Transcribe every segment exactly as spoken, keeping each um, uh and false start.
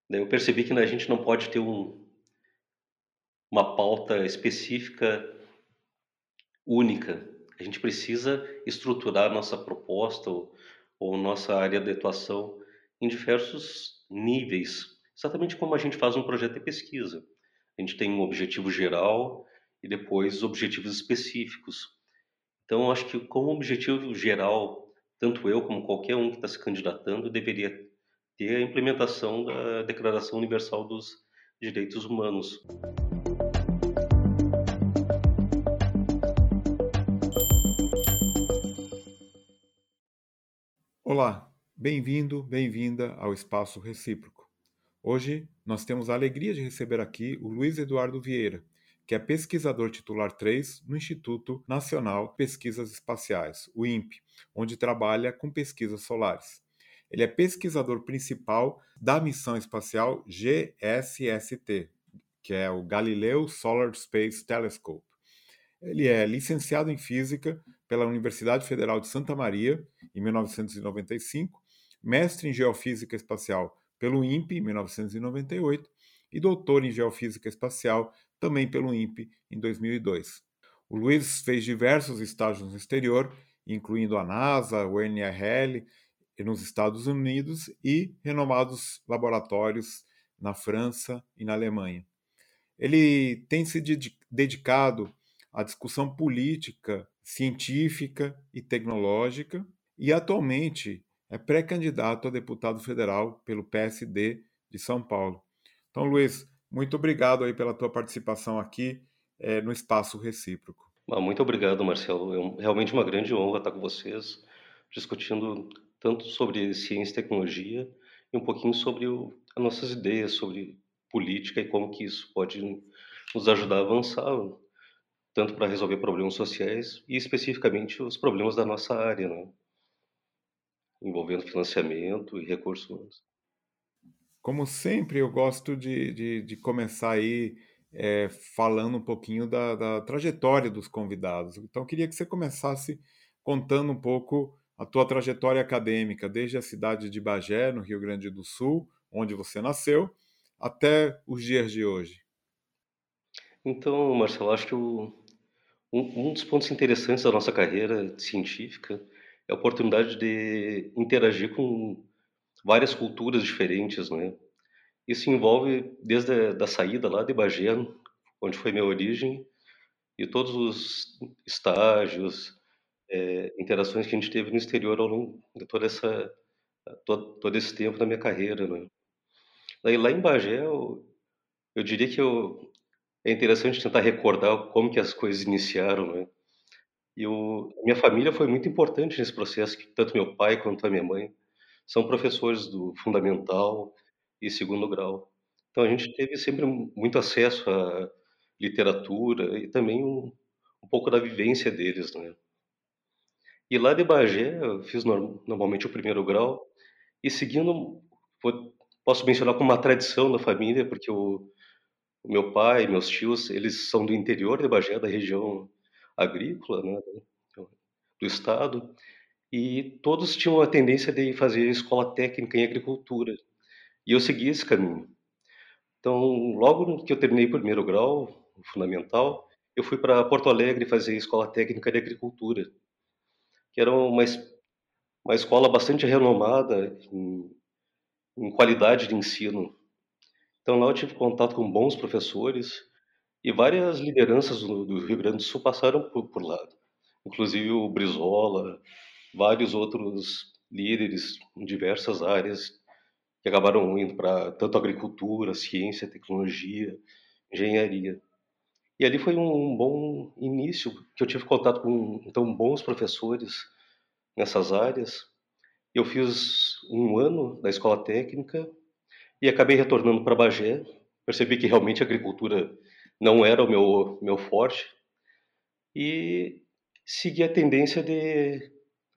Daí eu percebi que a gente não pode ter um uma pauta específica única. A gente precisa estruturar nossa proposta ou ou nossa área de atuação em diversos níveis, exatamente como a gente faz um projeto de pesquisa. A gente tem um objetivo geral e depois objetivos específicos. Então, eu acho que como objetivo geral, tanto eu como qualquer um que está se candidatando deveria ter a implementação da Declaração Universal dos Direitos Humanos. Olá, bem-vindo, bem-vinda ao Espaço Recíproco. Hoje nós temos a alegria de receber aqui o Luiz Eduardo Vieira, que é pesquisador titular três no Instituto Nacional de Pesquisas Espaciais, o INPE, onde trabalha com pesquisas solares. Ele é pesquisador principal da missão espacial G S S T, que é o Galileo Solar Space Telescope. Ele é licenciado em Física pela Universidade Federal de Santa Maria, em mil novecentos e noventa e cinco, mestre em Geofísica Espacial pelo INPE, em mil novecentos e noventa e oito, e doutor em Geofísica Espacial, também pelo INPE, em dois mil e dois. O Luiz fez diversos estágios no exterior, incluindo a NASA, o N R L, nos Estados Unidos e renomados laboratórios na França e na Alemanha. Ele tem se dedicado à discussão política, científica e tecnológica e atualmente é pré-candidato a deputado federal pelo P S D de São Paulo. Então, Luiz, muito obrigado aí pela tua participação aqui é, no Espaço Recíproco. Ah, muito obrigado, Marcelo. É um- realmente uma grande honra estar com vocês, discutindo tanto sobre ciência e tecnologia e um pouquinho sobre o, as nossas ideias sobre política e como que isso pode nos ajudar a avançar, tanto para resolver problemas sociais e especificamente os problemas da nossa área, né? Envolvendo financiamento e recursos humanos. Como sempre, eu gosto de, de, de começar aí é, falando um pouquinho da, da trajetória dos convidados. Então, eu queria que você começasse contando um pouco a tua trajetória acadêmica, desde a cidade de Bagé, no Rio Grande do Sul, onde você nasceu, até os dias de hoje. Então, Marcelo, acho que o, um, um dos pontos interessantes da nossa carreira científica é a oportunidade de interagir com várias culturas diferentes, né? Isso envolve desde a da saída lá de Bagé, onde foi minha origem, e todos os estágios, eh, interações que a gente teve no exterior ao longo de toda essa todo, todo esse tempo da minha carreira, né? Daí lá em Bagé, eu, eu diria que eu, é interessante tentar recordar como que as coisas iniciaram, né? E o, minha família foi muito importante nesse processo, que tanto meu pai quanto a minha mãe são professores do fundamental e segundo grau. Então a gente teve sempre muito acesso à literatura e também um, um pouco da vivência deles, né? E lá de Bagé eu fiz norm- normalmente o primeiro grau e seguindo, vou- posso mencionar como uma tradição da família, porque o, o meu pai, meus tios, eles são do interior de Bagé, da região agrícola, né, do do estado, e todos tinham a tendência de fazer escola técnica em agricultura. E eu segui esse caminho. Então, logo que eu terminei o primeiro grau, o fundamental, eu fui para Porto Alegre fazer escola técnica de agricultura, que era uma, es- uma escola bastante renomada em, em qualidade de ensino. Então, lá eu tive contato com bons professores e várias lideranças do, do Rio Grande do Sul passaram por, por lá, inclusive o Brizola, vários outros líderes em diversas áreas que acabaram indo para tanto agricultura, ciência, tecnologia, engenharia. E ali foi um bom início, que eu tive contato com então bons professores nessas áreas. Eu fiz um ano da escola técnica e acabei retornando para Bagé. Percebi que realmente a agricultura não era o meu meu forte e segui a tendência de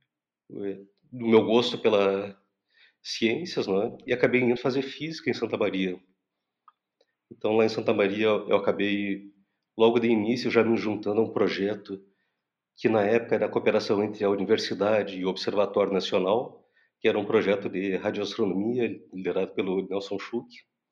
do meu gosto pela ciências, não é? E acabei indo fazer física em Santa Maria. Então, lá em Santa Maria, eu acabei, logo de início, já me juntando a um projeto que, na época, era a cooperação entre a universidade e o Observatório Nacional, que era um projeto de radioastronomia liderado pelo Nelson Schuck.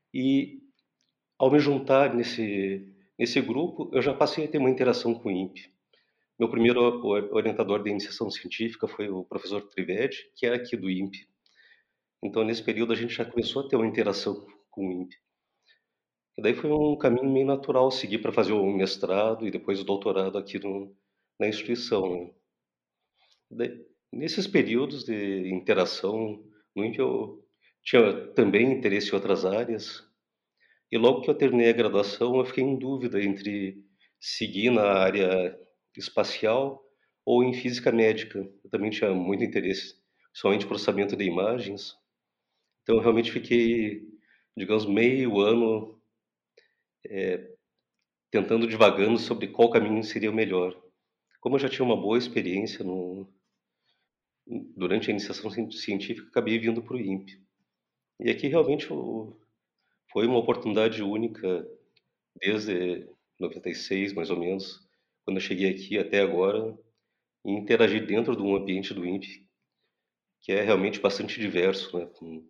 E ao me juntar nesse, nesse grupo, eu já passei a ter uma interação com o INPE. Meu primeiro o- orientador de iniciação científica foi o professor Trivedi, que é aqui do INPE. Então, nesse período, a gente já começou a ter uma interação com o INPE. E daí foi um caminho meio natural seguir para fazer o mestrado e depois o doutorado aqui no, na instituição, né? Daí, nesses períodos de interação no INPE, eu tinha também interesse em outras áreas. E logo que eu terminei a graduação, eu fiquei em dúvida entre seguir na área espacial ou em física médica. Eu também tinha muito interesse, principalmente processamento de imagens. Então, eu realmente fiquei, digamos, meio ano tentando divagando sobre qual caminho seria o melhor. Como eu já tinha uma boa experiência no, durante a iniciação cien- científica, acabei vindo para o INPE. E aqui realmente o- foi uma oportunidade única desde noventa e seis, mais ou menos, quando eu cheguei aqui até agora, e interagir dentro de um ambiente do INPE que é realmente bastante diverso, né? Com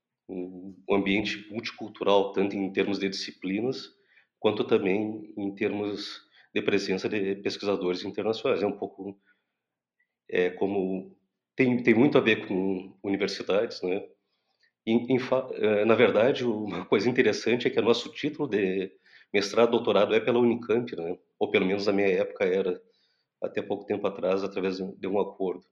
um um ambiente multicultural, tanto em termos de disciplinas, quanto também em termos de presença de pesquisadores internacionais. É um pouco é, como tem, tem muito a ver com universidades, né? Em, em fa- eh, na verdade, uma coisa interessante é que o nosso título de mestrado, doutorado é pela Unicamp, né? Ou pelo menos na minha época era, até pouco tempo atrás, através de de um acordo.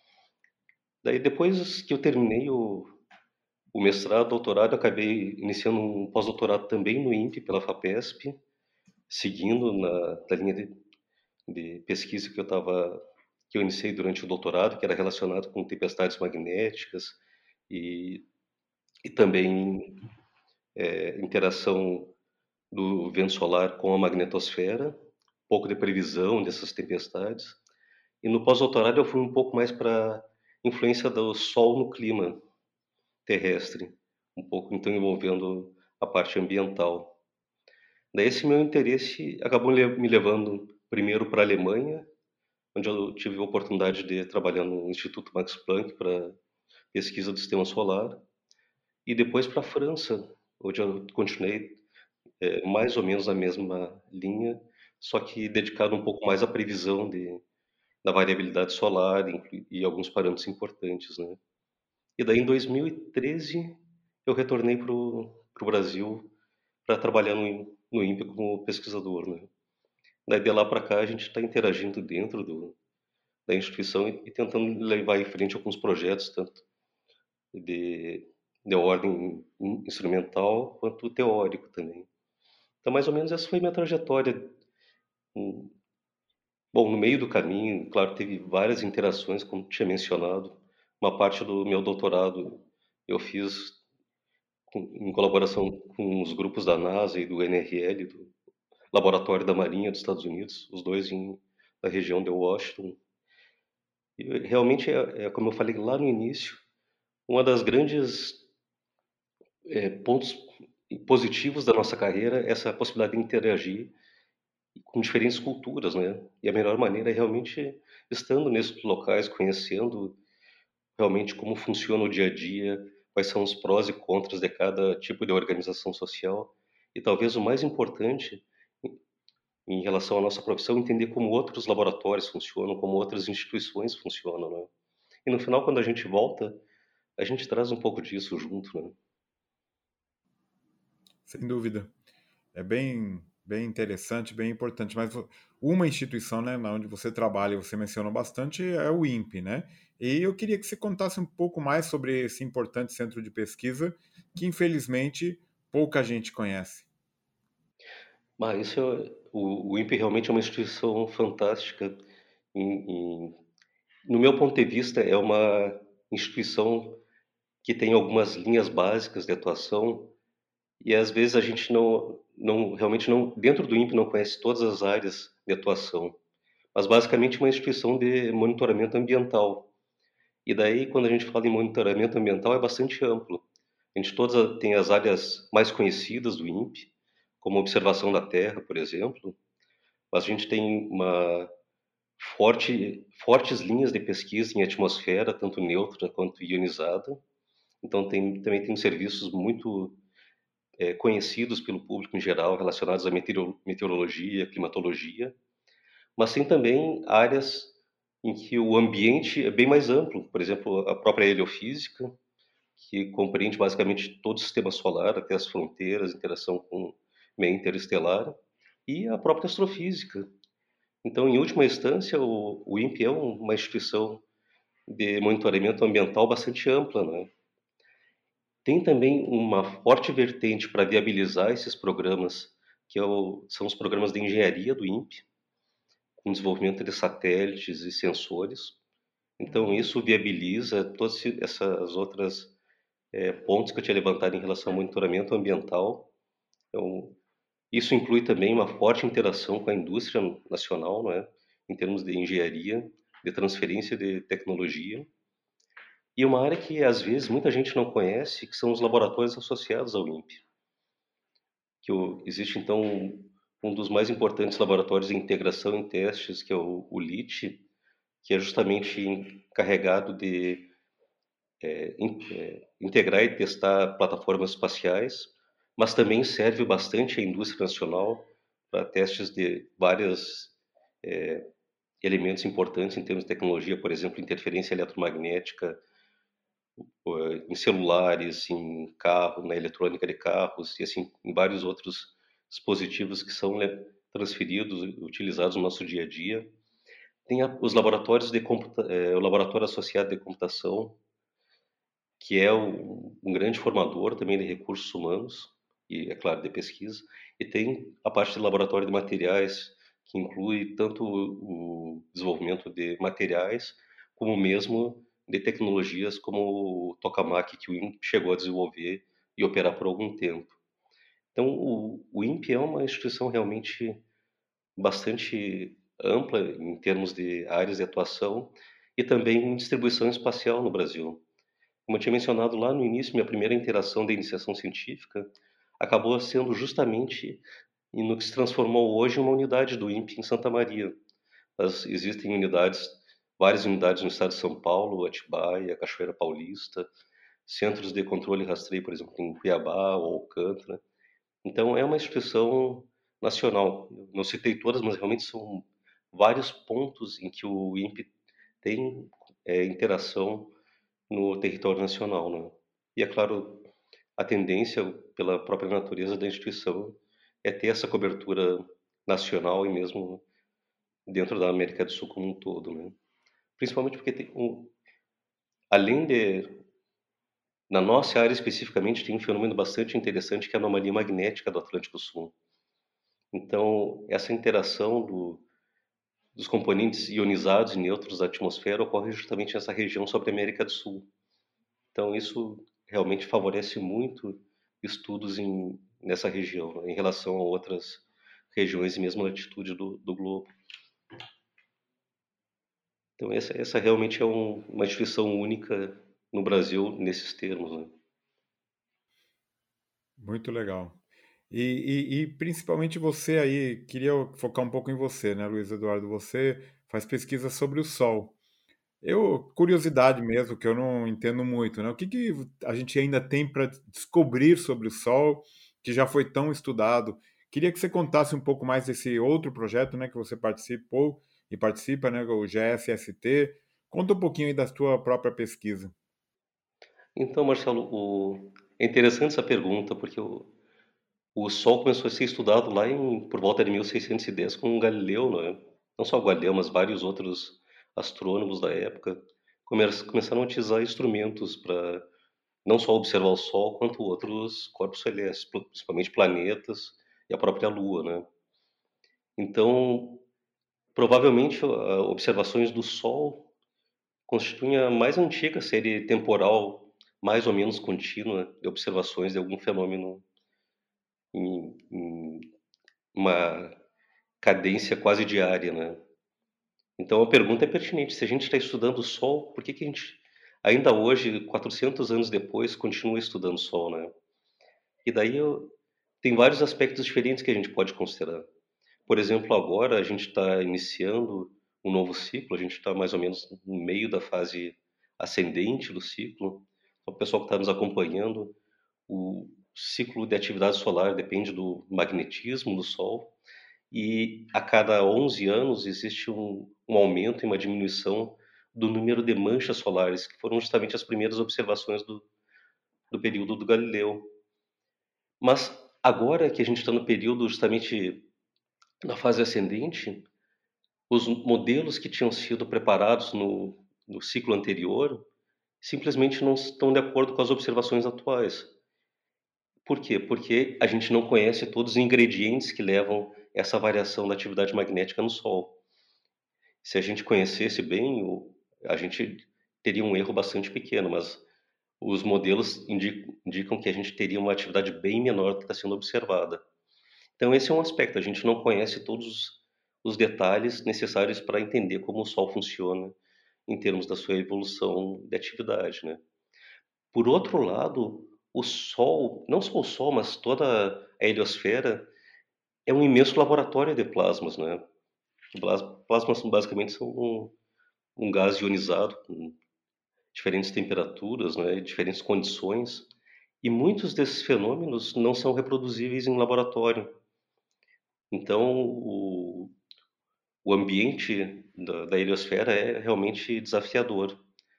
Daí, depois que eu terminei o, o mestrado, doutorado, eu acabei iniciando um pós-doutorado também no INPE, pela FAPESP, seguindo na, na linha de, de pesquisa que eu estava que eu iniciei durante o doutorado, que era relacionado com tempestades magnéticas e, e também é, interação do vento solar com a magnetosfera, um pouco de previsão dessas tempestades. E no pós-doutorado eu fui um pouco mais para influência do Sol no clima terrestre, um pouco então envolvendo a parte ambiental. Daí esse meu interesse acabou le- me levando primeiro para a Alemanha, onde eu tive a oportunidade de trabalhar no Instituto Max Planck para pesquisa do sistema solar, e depois para a França, onde eu continuei é, mais ou menos na mesma linha, só que dedicado um pouco mais à previsão de, da variabilidade solar inclu- e alguns parâmetros importantes, né? E daí em dois mil e treze eu retornei para o Brasil para trabalhar no, no INPE como pesquisador, né? Daí de lá para cá a gente está interagindo dentro do, da instituição e, e tentando levar em frente alguns projetos, tanto de, de ordem in- instrumental quanto teórico também. Então, mais ou menos essa foi minha trajetória. Hum, Bom, no meio do caminho, claro, teve várias interações, como tinha mencionado. Uma parte do meu doutorado eu fiz com- em colaboração com os grupos da NASA e do N R L, do Laboratório da Marinha dos Estados Unidos, os dois em, na região de Washington. E realmente, é, é, como eu falei lá no início, uma das grandes é, pontos positivos da nossa carreira é essa possibilidade de interagir com diferentes culturas, né? E a melhor maneira é realmente estando nesses locais, conhecendo realmente como funciona o dia a dia, quais são os prós e contras de cada tipo de organização social. E talvez o mais importante em relação à nossa profissão, entender como outros laboratórios funcionam, como outras instituições funcionam, né? E no final, quando a gente volta, a gente traz um pouco disso junto, né? Sem dúvida. É bem, bem interessante, bem importante. Mas vo- uma instituição, né, na onde você trabalha, você mencionou bastante, é o INPE, né? E eu queria que você contasse um pouco mais sobre esse importante centro de pesquisa que, infelizmente, pouca gente conhece. Mas isso é, o, o INPE realmente é uma instituição fantástica. Em, em- no meu ponto de vista, é uma instituição que tem algumas linhas básicas de atuação e às vezes a gente não, não realmente não dentro do INPE não conhece todas as áreas de atuação, mas basicamente é uma instituição de monitoramento ambiental. E daí, quando a gente fala em monitoramento ambiental, é bastante amplo. A gente todas tem as áreas mais conhecidas do INPE, como observação da Terra, por exemplo, mas a gente tem uma forte, fortes linhas de pesquisa em atmosfera, tanto neutra quanto ionizada. Então, tem, também tem serviços muito eh, conhecidos pelo público em geral, relacionados à meteoro meteorologia, climatologia, mas tem também áreas em que o ambiente é bem mais amplo, por exemplo, a própria heliofísica, que compreende basicamente todo o sistema solar, até as fronteiras, interação com o meio interestelar, e a própria astrofísica. Então, em última instância, o, o INPE é um- uma instituição de monitoramento ambiental bastante ampla, né? Tem também uma forte vertente para viabilizar esses programas, que é o- são os programas de engenharia do INPE, com desenvolvimento de satélites e sensores. Então, isso viabiliza todas esse- essas outras eh, pontos que eu tinha levantado em relação ao monitoramento ambiental. Então, isso inclui também uma forte interação com a indústria nacional, não é? Em termos de engenharia, de transferência de tecnologia. E uma área que às vezes muita gente não conhece, que são os laboratórios associados ao INPE. Que o, existe então um, um dos mais importantes laboratórios de integração em testes, que é o, o LIT, que é justamente encarregado de é, in- é, integrar e testar plataformas espaciais, mas também serve bastante à indústria nacional para testes de vários elementos importantes em termos de tecnologia, por exemplo, interferência eletromagnética, eh, em celulares, em carro, na eletrônica de carros e assim em vários outros dispositivos que são, né, transferidos, utilizados no nosso dia a dia. Tem a, os laboratórios de computa, eh, o laboratório associado de computação, que é um, um grande formador também de recursos humanos e, é claro, de pesquisa. E tem a parte de laboratório de materiais, que inclui tanto o, o desenvolvimento de materiais, como mesmo de tecnologias como o tokamak, que o INPE chegou a desenvolver e operar por algum tempo. Então, o, o INPE é uma instituição realmente bastante ampla em termos de áreas de atuação e também em distribuição espacial no Brasil. Como eu tinha mencionado lá no início, minha primeira interação de iniciação científica acabou sendo justamente no que se transformou hoje em uma unidade do INPE em Santa Maria. Mas existem unidades, várias unidades no estado de São Paulo, Atibaia, Cachoeira Paulista, centros de controle e rastreio, por exemplo, em Cuiabá ou Alcântara. Então, é uma instituição nacional. Não citei todas, mas realmente são vários pontos em que o INPE tem é, interação no território nacional, né? E é claro, a tendência, pela própria natureza da instituição, é ter essa cobertura nacional e mesmo dentro da América do Sul como um todo, né? Principalmente porque tem um, além de, na nossa área especificamente, tem um fenômeno bastante interessante que é a anomalia magnética do Atlântico Sul. Então, essa interação do, dos componentes ionizados e neutros da atmosfera ocorre justamente nessa região sobre a América do Sul. Então, isso realmente favorece muito estudos em, nessa região, né, em relação a outras regiões e mesmo latitude do, do globo. Então, essa, essa realmente é um, uma instituição única no Brasil nesses termos, né? Muito legal. E, e- e principalmente você aí, queria focar um pouco em você, né, Luiz Eduardo? Você faz pesquisa sobre o Sol. Eu, curiosidade mesmo, que eu não entendo muito, né? O que que a gente ainda tem para descobrir sobre o Sol, que já foi tão estudado? Queria que você contasse um pouco mais desse outro projeto, né, que você participou e participa, né, o G S S T. Conta um pouquinho aí da sua própria pesquisa. Então, Marcelo, o... é interessante essa pergunta, porque o, o Sol começou a ser estudado lá em, por volta de mil seiscentos e dez com Galileu, né? Não só o Galileu, mas vários outros astrônomos da época come- começaram a utilizar instrumentos para não só observar o Sol, quanto outros corpos celestes, pl- principalmente planetas e a própria Lua, né? Então, provavelmente, a- observações do Sol constituem a mais antiga série temporal, mais ou menos contínua, de observações de algum fenômeno em, em uma cadência quase diária, né? Então, a pergunta é pertinente. Se a gente está estudando o Sol, por que que a gente, ainda hoje, quatrocentos anos depois, continua estudando o Sol, né? E daí eu, tem vários aspectos diferentes que a gente pode considerar. Por exemplo, agora a gente está iniciando um novo ciclo, a gente está mais ou menos no meio da fase ascendente do ciclo. Então, o pessoal que está nos acompanhando, o, ciclo de atividade solar depende do magnetismo do Sol, e a cada onze anos existe um, um aumento e uma diminuição do número de manchas solares, que foram justamente as primeiras observações do, do período do Galileu. Mas agora que a gente está no período justamente na fase ascendente, os modelos que tinham sido preparados no, no ciclo anterior simplesmente não estão de acordo com as observações atuais. Por quê? Porque a gente não conhece todos os ingredientes que levam essa variação da atividade magnética no Sol. Se a gente conhecesse bem, o- a gente teria um erro bastante pequeno, mas os modelos indi- indicam que a gente teria uma atividade bem menor do que está sendo observada. Então, esse é um aspecto. A gente não conhece todos os detalhes necessários para entender como o Sol funciona em termos da sua evolução de atividade, né? Por outro lado, o Sol, não só o Sol, mas toda a heliosfera é um imenso laboratório de plasmas, né? Plas- Plasmas basicamente são um, um gás ionizado com diferentes temperaturas, né, diferentes condições, e muitos desses fenômenos não são reproduzíveis em laboratório. Então, o, o ambiente da, da heliosfera é realmente desafiador.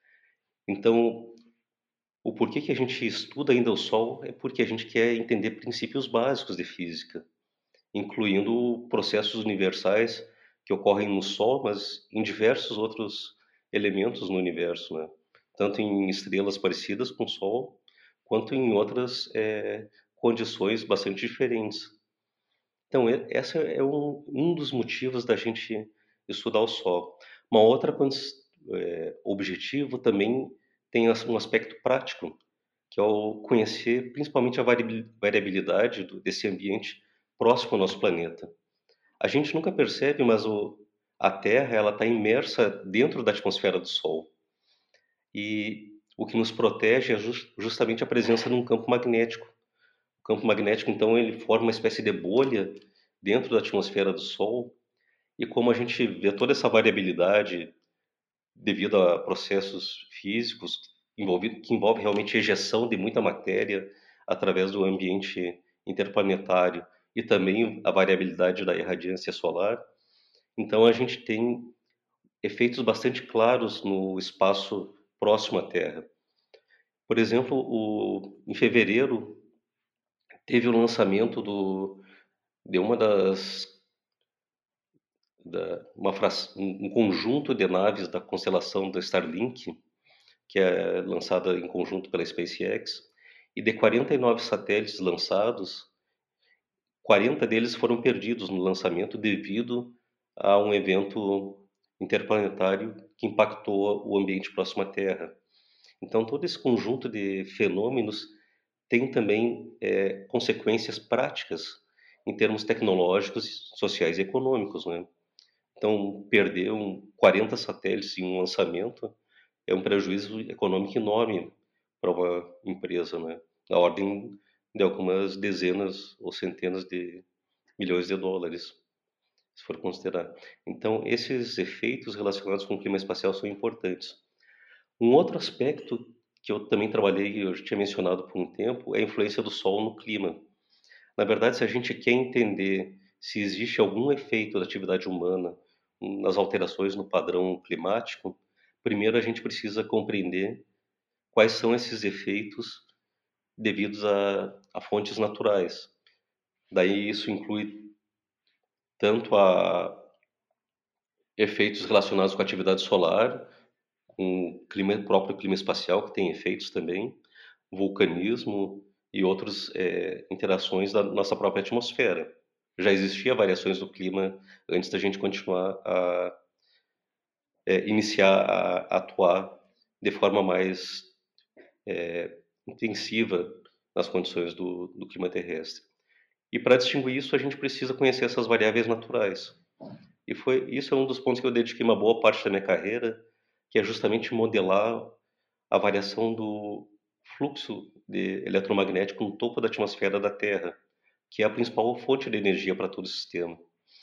Então, o porquê que a gente estuda ainda o Sol é porque a gente quer entender princípios básicos de física, incluindo processos universais que ocorrem no Sol, mas em diversos outros elementos no universo, né? Tanto em estrelas parecidas com o Sol, quanto em outras é, condições bastante diferentes. Então, e- essa é um, um dos motivos da gente estudar o Sol. Uma outra condi- é, objetivo também tem as- um aspecto prático, que é o conhecer principalmente a variabil- variabilidade do- desse ambiente próximo ao nosso planeta. A gente nunca percebe, mas o, a Terra ela está imersa dentro da atmosfera do Sol. E o que nos protege é jus- justamente a presença de um campo magnético. O campo magnético, então, ele forma uma espécie de bolha dentro da atmosfera do Sol. E como a gente vê toda essa variabilidade devido a processos físicos envolvido, que envolve realmente a ejeção de muita matéria através do ambiente interplanetário e também a variabilidade da irradiância solar, então a gente tem efeitos bastante claros no espaço próximo à Terra. Por exemplo, o, em fevereiro teve o lançamento do, de uma das da, uma, fra- um um conjunto de naves da constelação da Starlink, que é lançada em conjunto pela SpaceX, e de quarenta e nove satélites lançados, quarenta deles foram perdidos no lançamento devido a um evento interplanetário que impactou o ambiente próximo à Terra. Então, todo esse conjunto de fenômenos tem também é, consequências práticas em termos tecnológicos, sociais e econômicos, né? Então, perder um, quarenta satélites em um lançamento é um prejuízo econômico enorme para uma empresa, né? Na ordem de algumas dezenas ou centenas de milhões de dólares, se for considerar. Então, esses efeitos relacionados com o clima espacial são importantes. Um outro aspecto que eu também trabalhei, eu já tinha mencionado por um tempo, é a influência do Sol no clima. Na verdade, se a gente quer entender se existe algum efeito da atividade humana nas alterações no padrão climático, primeiro a gente precisa compreender quais são esses efeitos devidos a, a fontes naturais. Daí isso inclui tanto a efeitos relacionados com a atividade solar, com o clima, próprio clima espacial, que tem efeitos também, vulcanismo e outras é, interações da nossa própria atmosfera. Já existia variações do clima antes da gente continuar a é, iniciar a, a atuar de forma mais intensiva nas condições do, do clima terrestre. E para distinguir isso, a gente precisa conhecer essas variáveis naturais. E foi isso é um dos pontos que eu dediquei uma boa parte da minha carreira, que é justamente modelar a variação do fluxo de eletromagnético no topo da atmosfera da Terra, que é a principal fonte de energia para todo o sistema.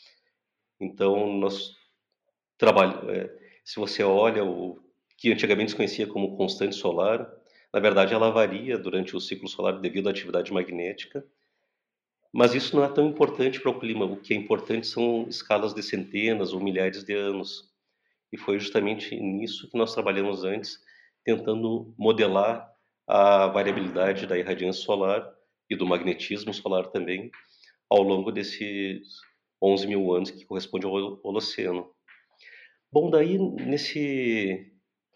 Então, nós trabalhamos, é, se você olha o que antigamente se conhecia como constante solar, Na verdade, ela varia durante o ciclo solar devido à atividade magnética, mas isso não é tão importante para o clima. O que é importante são escalas de centenas ou milhares de anos. E foi justamente nisso que nós trabalhamos antes, tentando modelar a variabilidade da irradiância solar e do magnetismo solar também, ao longo desses onze mil anos que corresponde ao Holoceno. Bom, daí nesse,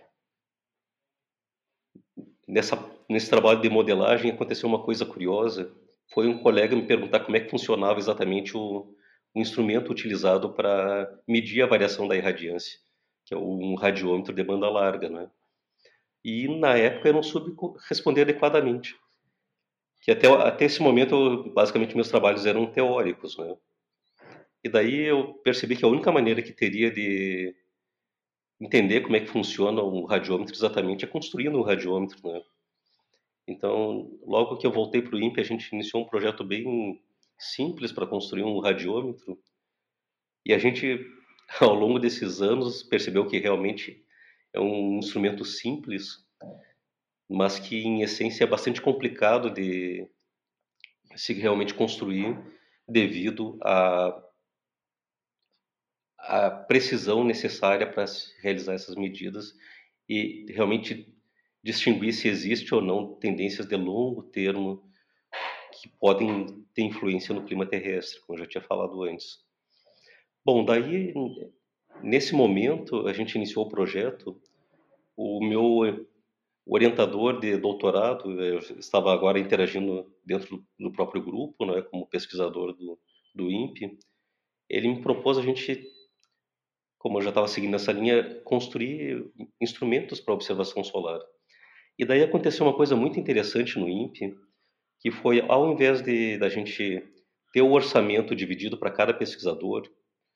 nessa, nesse trabalho de modelagem aconteceu uma coisa curiosa. Foi um colega me perguntar como é que funcionava exatamente o, o instrumento utilizado para medir a variação da irradiância, que é um radiômetro de banda larga, né? E na época eu não soube responder adequadamente. Que até, até esse momento, basicamente, meus trabalhos eram teóricos, né? E daí eu percebi que a única maneira que teria de entender como é que funciona um radiômetro exatamente é construindo um radiômetro, né? Então, logo que eu voltei para o INPE, a gente iniciou um projeto bem simples para construir um radiômetro. E a gente, ao longo desses anos, percebeu que realmente é um instrumento simples, mas que em essência é bastante complicado de se realmente construir devido à, à precisão necessária para realizar essas medidas e realmente distinguir se existe ou não tendências de longo termo que podem ter influência no clima terrestre, como eu já tinha falado antes. Bom, daí, nesse momento, a gente iniciou o projeto. O meu orientador de doutorado, eu estava agora interagindo dentro do próprio grupo, né, como pesquisador do, do INPE. Ele me propôs a gente, como eu já estava seguindo essa linha, construir instrumentos para observação solar. E daí aconteceu uma coisa muito interessante no INPE, que foi, ao invés de da gente ter o orçamento dividido para cada pesquisador,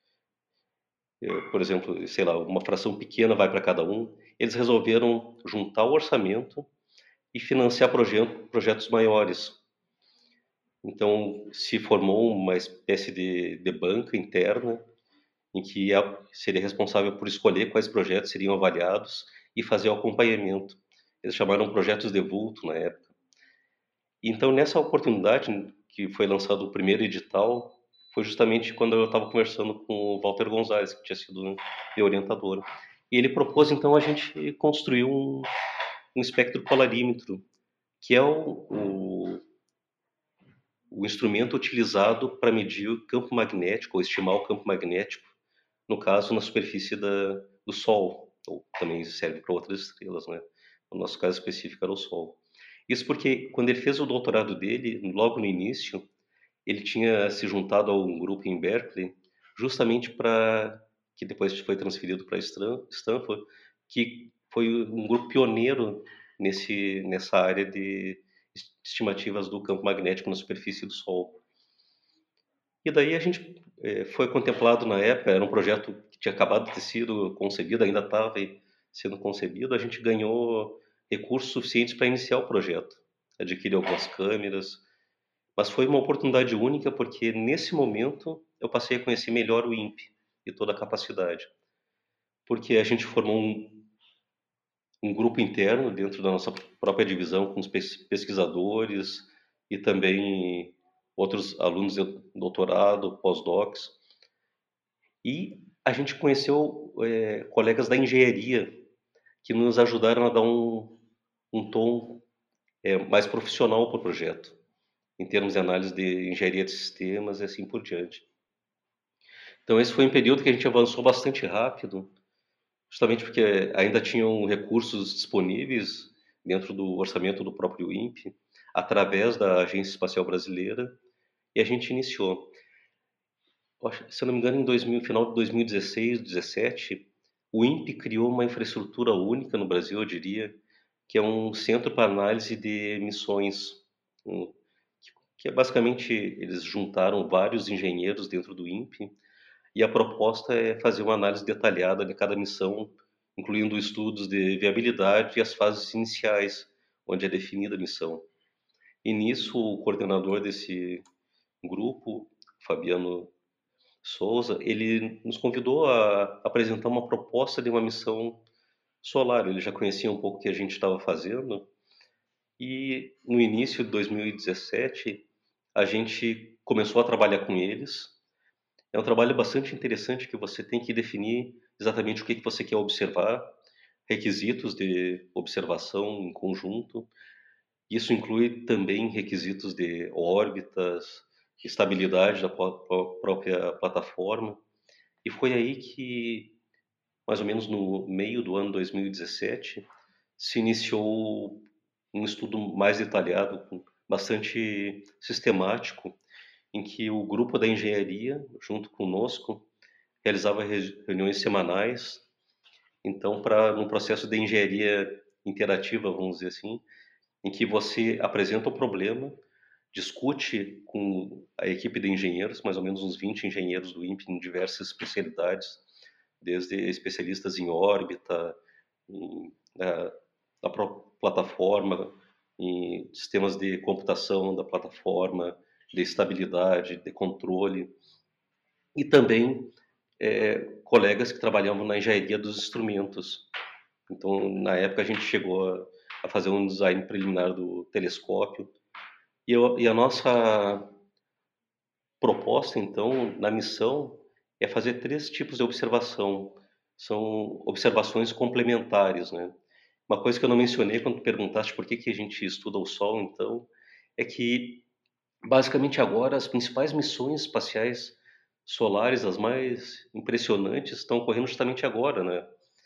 por exemplo, sei lá, uma fração pequena vai para cada um, eles resolveram juntar o orçamento e financiar projeto, projetos maiores. Então, se formou uma espécie de, de banca interna em que seria responsável por escolher quais projetos seriam avaliados e fazer o acompanhamento. Eles chamaram projetos de vulto na época. Então, nessa oportunidade que foi lançado o primeiro edital, foi justamente quando eu estava conversando com o Walter Gonzalez, que tinha sido meu orientador. E ele propôs, então, a gente construir um, um espectro polarímetro, que é o, o, o instrumento utilizado para medir o campo magnético, ou estimar o campo magnético, no caso, na superfície da, do Sol, ou também serve para outras estrelas, né? No nosso caso específico era o Sol. Isso porque, quando ele fez o doutorado dele, logo no início, ele tinha se juntado a um grupo em Berkeley, justamente para, que depois foi transferido para Stanford, que foi um grupo pioneiro nesse, nessa área de estimativas do campo magnético na superfície do Sol. E daí a gente eh, foi contemplado na época, era um projeto que tinha acabado de ter sido concebido, ainda estava sendo concebido, a gente ganhou recursos suficientes para iniciar o projeto, adquirir algumas câmeras, mas foi uma oportunidade única porque nesse momento eu passei a conhecer melhor o INPE e toda a capacidade, porque a gente formou um, um grupo interno dentro da nossa própria divisão com os pesquisadores e também outros alunos de doutorado, pós-docs, e a gente conheceu é, colegas da engenharia que nos ajudaram a dar um, um tom é, mais profissional para o projeto, em termos de análise de engenharia de sistemas e assim por diante. Então esse foi um período que a gente avançou bastante rápido, justamente porque ainda tinham recursos disponíveis dentro do orçamento do próprio INPE, através da Agência Espacial Brasileira, e a gente iniciou. Se eu não me engano, em dois mil, final de dois mil e dezesseis, dezessete, o INPE criou uma infraestrutura única no Brasil, eu diria, que é um centro para análise de emissões, um, que é basicamente eles juntaram vários engenheiros dentro do INPE e a proposta é fazer uma análise detalhada de cada missão, incluindo estudos de viabilidade e as fases iniciais, onde é definida a missão. E nisso, o coordenador desse grupo, Fabiano Souza, ele nos convidou a apresentar uma proposta de uma missão solar. Ele já conhecia um pouco o que a gente estava fazendo E no início de dois mil e dezessete, a gente começou a trabalhar com eles. É um trabalho bastante interessante que você tem que definir exatamente o que que você quer observar, requisitos de observação em conjunto. Isso inclui também requisitos de órbitas, estabilidade da pró- pró- própria plataforma. E foi aí que, mais ou menos no meio do ano dois mil e dezessete, se iniciou um estudo mais detalhado, com- bastante sistemático, em que o grupo da engenharia, junto conosco, realizava re- reuniões semanais. Então, para num processo de engenharia interativa, vamos dizer assim, em que você apresenta o problema, discute com a equipe de engenheiros, mais ou menos uns vinte engenheiros do INPE em diversas especialidades, desde especialistas em órbita, em, na, na própria plataforma, em sistemas de computação da plataforma, de estabilidade, de controle, e também é, colegas que trabalhavam na engenharia dos instrumentos. Então, na época, a gente chegou a, a fazer um design preliminar do telescópio. E, eu, e a nossa proposta, então, na missão, é fazer três tipos de observação. São observações complementares, né? Uma coisa que eu não mencionei quando tu perguntaste por que que a gente estuda o Sol, então, é que, basicamente, agora, as principais missões espaciais solares, as mais impressionantes, estão ocorrendo justamente agora, né?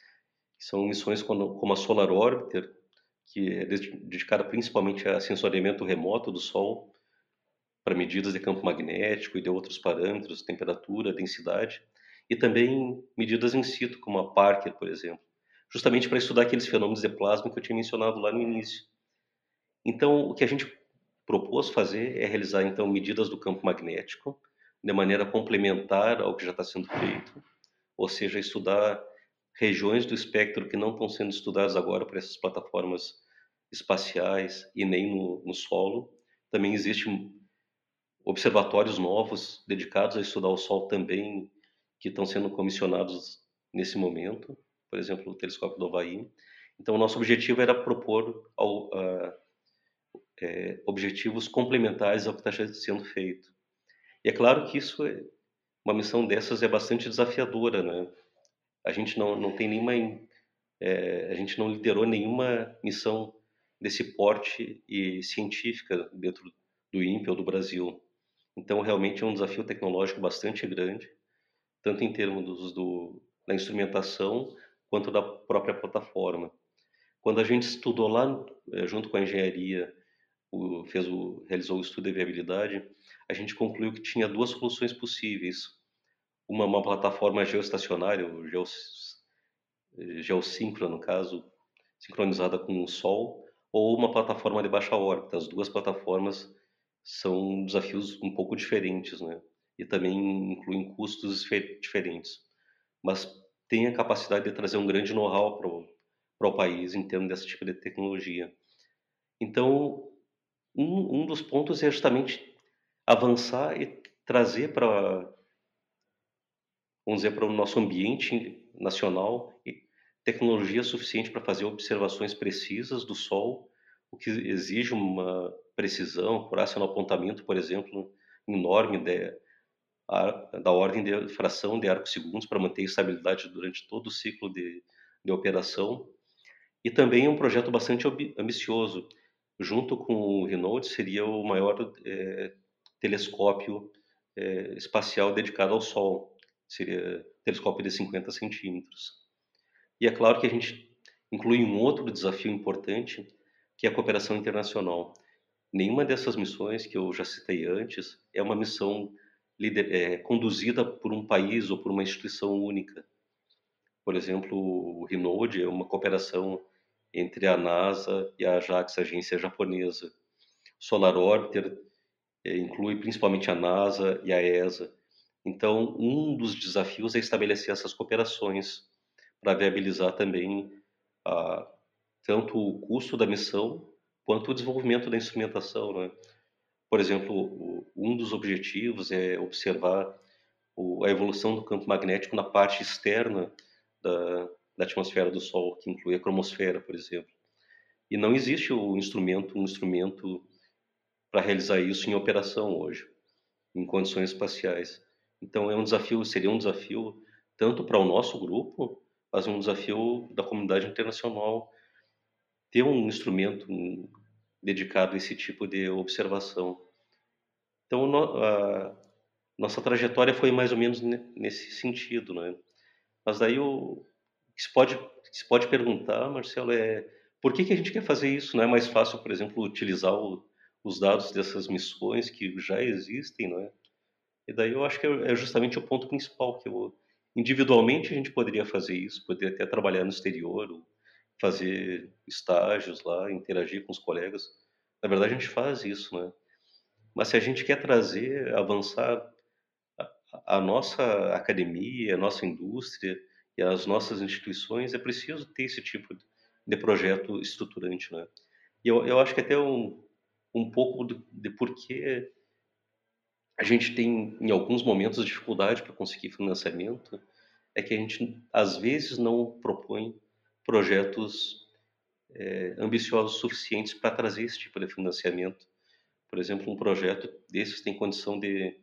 São missões como como a Solar Orbiter, que é dedi- dedicada principalmente a sensoriamento remoto do Sol, para medidas de campo magnético e de outros parâmetros, temperatura, densidade, e também medidas in situ, como a Parker, por exemplo, justamente para estudar aqueles fenômenos de plasma que eu tinha mencionado lá no início. Então, o que a gente propôs fazer é realizar então medidas do campo magnético de maneira complementar ao que já está sendo feito, ou seja, estudar regiões do espectro que não estão sendo estudadas agora por essas plataformas espaciais e nem no, no solo. Também existem observatórios novos dedicados a estudar o Sol também, que estão sendo comissionados nesse momento, por exemplo, o telescópio do Havaí. Então, o nosso objetivo era propor ao, a, é, objetivos complementares ao que está sendo feito. E é claro que isso é, uma missão dessas é bastante desafiadora, né? A gente não, não tem nenhuma, é, a gente não liderou nenhuma missão desse porte e científica dentro do INPE ou do Brasil. Então, realmente é um desafio tecnológico bastante grande, tanto em termos dos, do, da instrumentação quanto da própria plataforma. Quando a gente estudou lá, eh, junto com a engenharia, o, fez o, realizou o estudo de viabilidade, a gente concluiu que tinha duas soluções possíveis. Uma, uma plataforma geoestacionária, ou geos, geossíncrona, no caso, sincronizada com o Sol, ou uma plataforma de baixa órbita. As duas plataformas são desafios um pouco diferentes, né? E também incluem custos dife- diferentes. Mas tem a capacidade de trazer um grande know-how para o para o país em termos desse tipo de tecnologia. Então, um, um dos pontos é justamente avançar e trazer para, vamos dizer, para o nosso ambiente nacional e tecnologia suficiente para fazer observações precisas do Sol, o que exige uma precisão, acurácia no apontamento, por exemplo, enorme de, a- da ordem de fração de arcos-segundos para manter a estabilidade durante todo o ciclo de, de operação. E também é um projeto bastante ob- ambicioso. Junto com o Renold, seria o maior eh, telescópio eh, espacial dedicado ao Sol. Seria telescópio de cinquenta centímetros. E é claro que a gente inclui um outro desafio importante, que é a cooperação internacional. Nenhuma dessas missões que eu já citei antes é uma missão lider- eh, conduzida por um país ou por uma instituição única. Por exemplo, o Renold é uma cooperação entre a NASA e a Ajax, a agência japonesa. Solar Orbiter eh, inclui principalmente a NASA e a E S A. Então, um dos desafios é estabelecer essas cooperações para viabilizar também a, tanto o custo da missão quanto o desenvolvimento da instrumentação, né? Por exemplo, o- um dos objetivos é observar o- a evolução do campo magnético na parte externa da, da atmosfera do Sol, que inclui a cromosfera, por exemplo. E não existe o instrumento, um instrumento para realizar isso em operação hoje, em condições espaciais. Então é um desafio, seria um desafio tanto para o nosso grupo, mas um desafio da comunidade internacional ter um instrumento um, dedicado a esse tipo de observação. Então no, a nossa trajetória foi mais ou menos nesse sentido, né? Mas daí o que se pode, que se pode perguntar, Marcelo, é por que que a gente quer fazer isso? Não é mais fácil, por exemplo, utilizar o, os dados dessas missões que já existem, não é? E daí eu acho que é é justamente o ponto principal, que eu, individualmente a gente poderia fazer isso, poderia até trabalhar no exterior, ou fazer estágios lá, interagir com os colegas. Na verdade a gente faz isso, né? Mas se a gente quer trazer, avançar a nossa academia, a nossa indústria e as nossas instituições, é preciso ter esse tipo de projeto estruturante, né? E eu, eu acho que até um, um pouco de, de porquê a gente tem, em alguns momentos, dificuldade para conseguir financiamento, é que a gente, às vezes, não propõe projetos é, ambiciosos suficientes para trazer esse tipo de financiamento. Por exemplo, um projeto desses tem condição de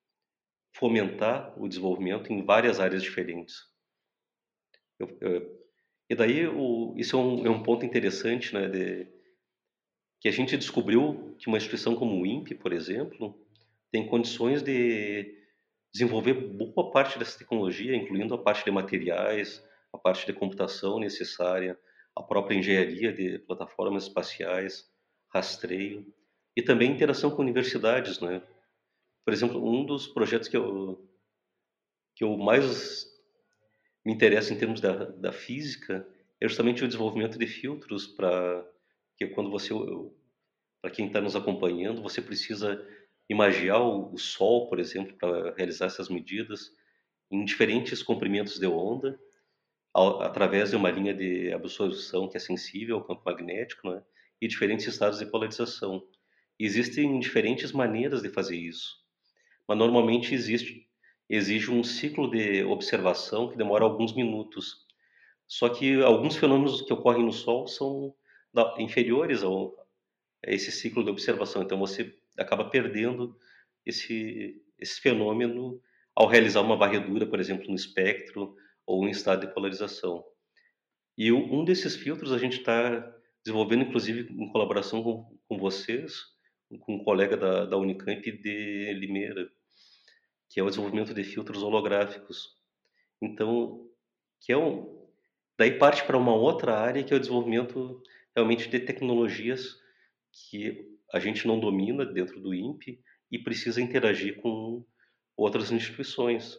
fomentar o desenvolvimento em várias áreas diferentes. Eu, eu, e daí, o, isso é um, é um ponto interessante, né, de, que a gente descobriu que uma instituição como o INPE, por exemplo, tem condições de desenvolver boa parte dessa tecnologia, incluindo a parte de materiais, a parte de computação necessária, a própria engenharia de plataformas espaciais, rastreio e também interação com universidades, né? Por exemplo, um dos projetos que eu, que eu mais me interessa em termos da, da física é justamente o desenvolvimento de filtros para que quando você, para quem está nos acompanhando, você precisa imaginar o, o Sol, por exemplo, para realizar essas medidas em diferentes comprimentos de onda, ao, através de uma linha de absorção que é sensível ao campo magnético, né? E diferentes estados de polarização. Existem diferentes maneiras de fazer isso, mas normalmente existe, exige um ciclo de observação que demora alguns minutos. Só que alguns fenômenos que ocorrem no Sol são da, inferiores ao, a esse ciclo de observação, então você acaba perdendo esse, esse fenômeno ao realizar uma varredura, por exemplo, no espectro ou em estado de polarização. E um desses filtros a gente está desenvolvendo, inclusive, em colaboração com, com vocês, com um colega da, da Unicamp de Limeira, que é o desenvolvimento de filtros holográficos. Então, que é um, daí parte para uma outra área que é o desenvolvimento realmente de tecnologias que a gente não domina dentro do INPE e precisa interagir com outras instituições.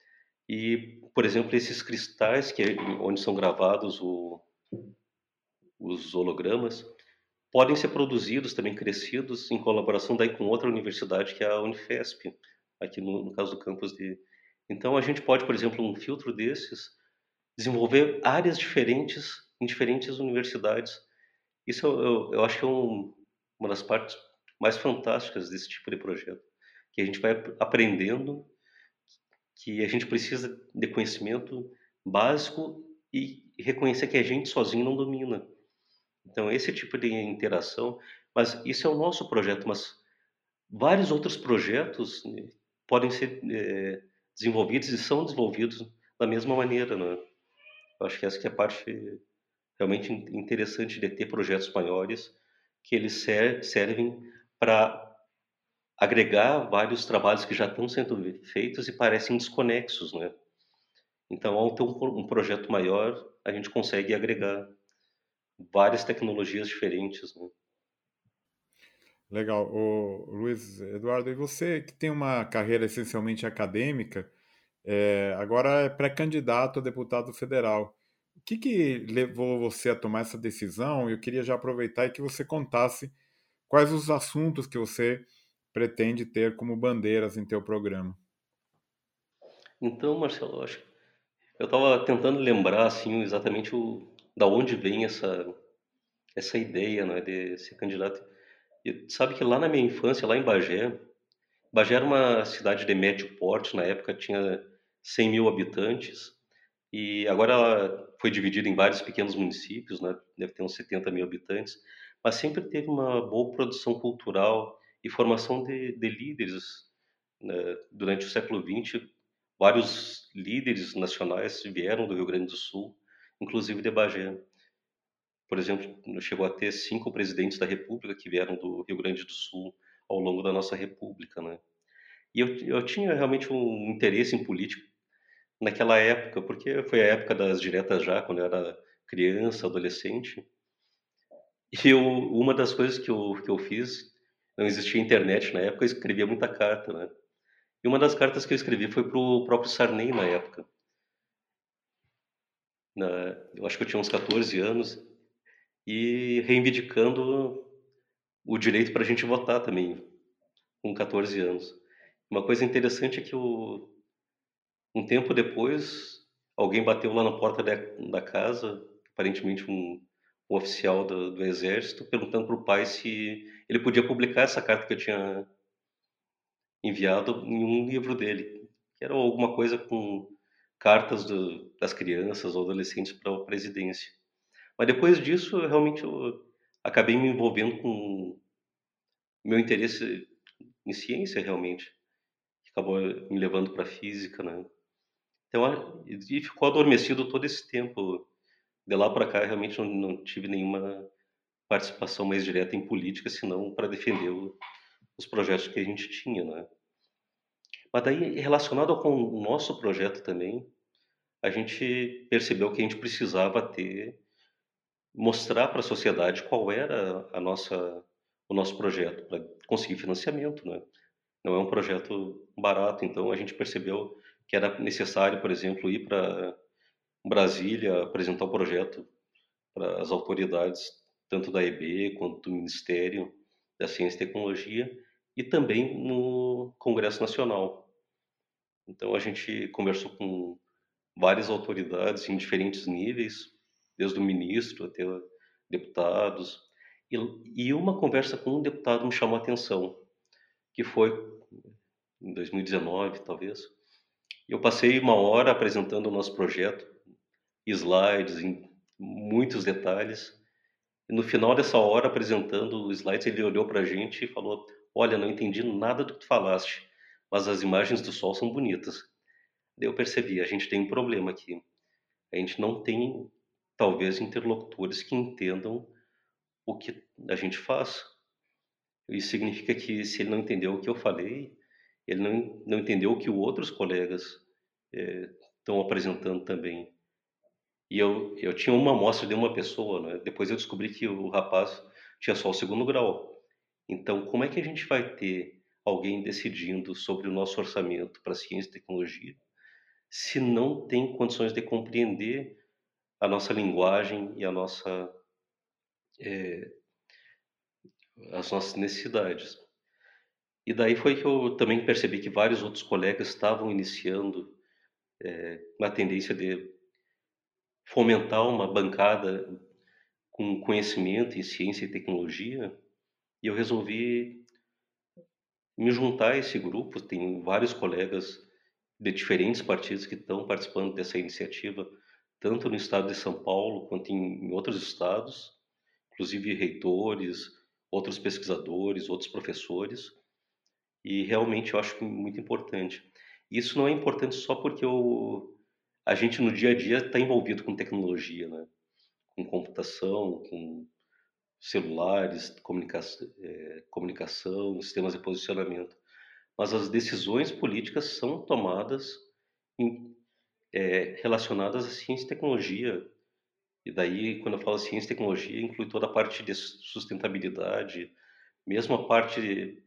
E, por exemplo, esses cristais que onde são gravados o, os hologramas podem ser produzidos também crescidos em colaboração daí com outra universidade que é a Unifesp, aqui no, no caso do campus de. Então a gente pode, por exemplo, um filtro desses desenvolver áreas diferentes em diferentes universidades. Isso eu, eu, eu acho que é um, uma das partes mais fantásticas desse tipo de projeto, que a gente vai aprendendo que a gente precisa de conhecimento básico e reconhecer que a gente sozinho não domina. Então, esse tipo de interação, mas isso é o nosso projeto, mas vários outros projetos né, podem ser é, desenvolvidos e são desenvolvidos da mesma maneira, né? Eu acho que essa que é a parte realmente interessante de ter projetos maiores, que eles ser, servem para agregar vários trabalhos que já estão sendo feitos e parecem desconexos, né? Então, ao ter um, um projeto maior, a gente consegue agregar várias tecnologias diferentes, né? Legal. O Luiz Eduardo, e você que tem uma carreira essencialmente acadêmica, é, agora é pré-candidato a deputado federal. O que que levou você a tomar essa decisão? Eu queria já aproveitar e que você contasse quais os assuntos que você pretende ter como bandeiras em teu programa. Então, Marcelo, eu acho, eu estava tentando lembrar assim exatamente o, da onde vem essa essa ideia, né, de ser candidato. E sabe que lá na minha infância, lá em Bagé, Bagé era uma cidade de médio porte, na época tinha cem mil habitantes, E agora ela foi dividida em vários pequenos municípios, né? Deve ter uns setenta mil habitantes, mas sempre teve uma boa produção cultural e formação de, de líderes, né? Durante o século vinte, vários líderes nacionais vieram do Rio Grande do Sul, inclusive de Bagé. Por exemplo, chegou a ter cinco presidentes da República que vieram do Rio Grande do Sul ao longo da nossa República, né? E eu, eu tinha realmente um interesse em política naquela época, porque foi a época das diretas já, quando eu era criança, adolescente. E eu, uma das coisas que eu, que eu fiz, não existia internet na época, eu escrevia muita carta, né? E uma das cartas que eu escrevi foi pro próprio Sarney na época. Na, eu acho que eu tinha uns quatorze anos, e reivindicando o direito para a gente votar também, com quatorze anos. Uma coisa interessante é que o, um tempo depois, alguém bateu lá na porta da, da casa, aparentemente um, um oficial do, do exército, perguntando para o pai se ele podia publicar essa carta que eu tinha enviado em um livro dele, que era alguma coisa com cartas do, das crianças ou adolescentes para a presidência. Mas depois disso, eu realmente eu acabei me envolvendo com meu interesse em ciência, realmente, que acabou me levando para a física, né? Então, a- e ficou adormecido todo esse tempo. De lá para cá, realmente não, não tive nenhuma participação mais direta em política, senão para defender o- os projetos que a gente tinha, né? Mas daí, relacionado com o nosso projeto também, a gente percebeu que a gente precisava ter, mostrar para a sociedade qual era a nossa, o nosso projeto, para conseguir financiamento, né? Não é um projeto barato, então a gente percebeu que era necessário, por exemplo, ir para Brasília apresentar o projeto para as autoridades, tanto da E B quanto do Ministério da Ciência e Tecnologia, e também no Congresso Nacional. Então a gente conversou com várias autoridades em diferentes níveis, desde o ministro até deputados, e, e uma conversa com um deputado me chamou a atenção, que foi em dois mil e dezenove, talvez. Eu passei uma hora apresentando o nosso projeto, slides em muitos detalhes. E no final dessa hora, apresentando os slides, ele olhou para a gente e falou: Olha, não entendi nada do que tu falaste, mas as imagens do sol são bonitas. Daí eu percebi: a gente tem um problema aqui. A gente não tem, talvez, interlocutores que entendam o que a gente faz. Isso significa que se ele não entendeu o que eu falei, ele não, não entendeu o que outros colegas eh, estão apresentando também. E eu, eu tinha uma amostra de uma pessoa, né? Depois eu descobri que o rapaz tinha só o segundo grau. Então, como é que a gente vai ter alguém decidindo sobre o nosso orçamento para ciência e tecnologia se não tem condições de compreender a nossa linguagem e a nossa, as nossas necessidades? E daí foi que eu também percebi que vários outros colegas estavam iniciando uma tendência de fomentar uma bancada com conhecimento em ciência e tecnologia, e eu resolvi me juntar a esse grupo. Tem vários colegas de diferentes partidos que estão participando dessa iniciativa, tanto no estado de São Paulo quanto em, em outros estados, inclusive reitores, outros pesquisadores, outros professores, e realmente eu acho muito importante. Isso não é importante só porque o, a gente no dia a dia está envolvido com tecnologia, né? Com computação, com celulares, comunicação, é, comunicação, sistemas de posicionamento. Mas as decisões políticas são tomadas em, é, relacionadas à ciência e tecnologia. E daí, quando eu falo ciência e tecnologia, inclui toda a parte de sustentabilidade, mesmo a parte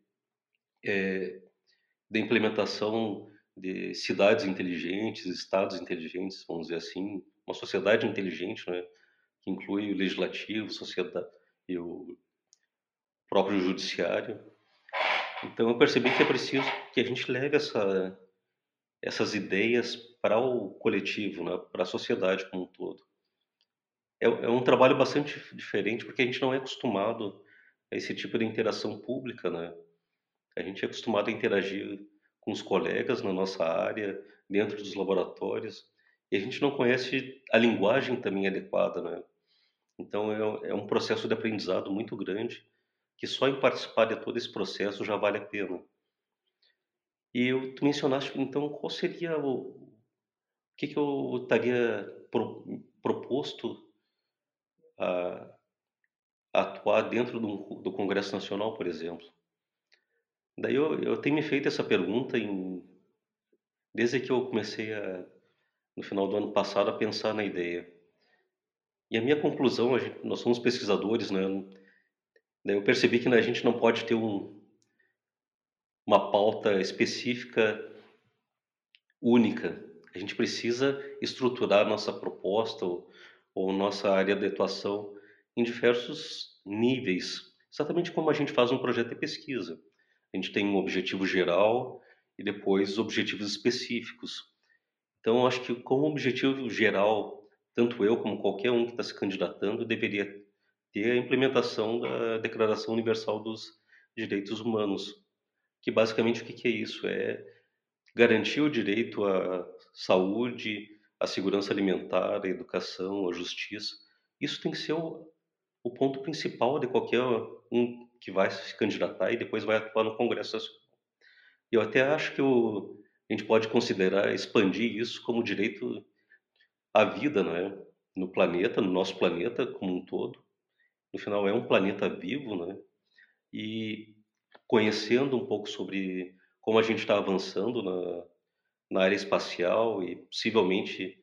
da implementação de cidades inteligentes, estados inteligentes, vamos dizer assim, uma sociedade inteligente, né, que inclui o legislativo, sociedade e o próprio judiciário. Então eu percebi que é preciso que a gente leve essa, essas ideias para o coletivo, né, para a sociedade como um todo. É, é um trabalho bastante diferente porque a gente não é acostumado a esse tipo de interação pública, né? A gente é acostumado a interagir com os colegas na nossa área, dentro dos laboratórios, e a gente não conhece a linguagem também adequada, né? Então é, é um processo de aprendizado muito grande, que só em participar de todo esse processo já vale a pena. E eu, tu mencionaste, então, qual seria o, o que que eu estaria pro, proposto a, a atuar dentro do, do Congresso Nacional, por exemplo? Daí eu, eu tenho me feito essa pergunta em, desde que eu comecei a, no final do ano passado, a pensar na ideia. E a minha conclusão, a gente, nós somos pesquisadores, né? Daí eu percebi que, né, a gente não pode ter um, uma pauta específica única. A gente precisa estruturar nossa proposta ou, ou nossa área de atuação em diversos níveis, exatamente como a gente faz um projeto de pesquisa. A gente tem um objetivo geral e depois objetivos específicos. Então, eu acho que como objetivo geral, tanto eu como qualquer um que está se candidatando deveria ter a implementação da Declaração Universal dos Direitos Humanos, que basicamente o que que é isso? É garantir o direito à saúde, à segurança alimentar, à educação, à justiça. Isso tem que ser o, o ponto principal de qualquer um que vai se candidatar e depois vai atuar no Congresso Nacional. E eu até acho que o, a gente pode considerar expandir isso como direito à vida, não é? No planeta, no nosso planeta como um todo. No final é um planeta vivo, né? E conhecendo um pouco sobre como a gente está avançando na, na área espacial e possivelmente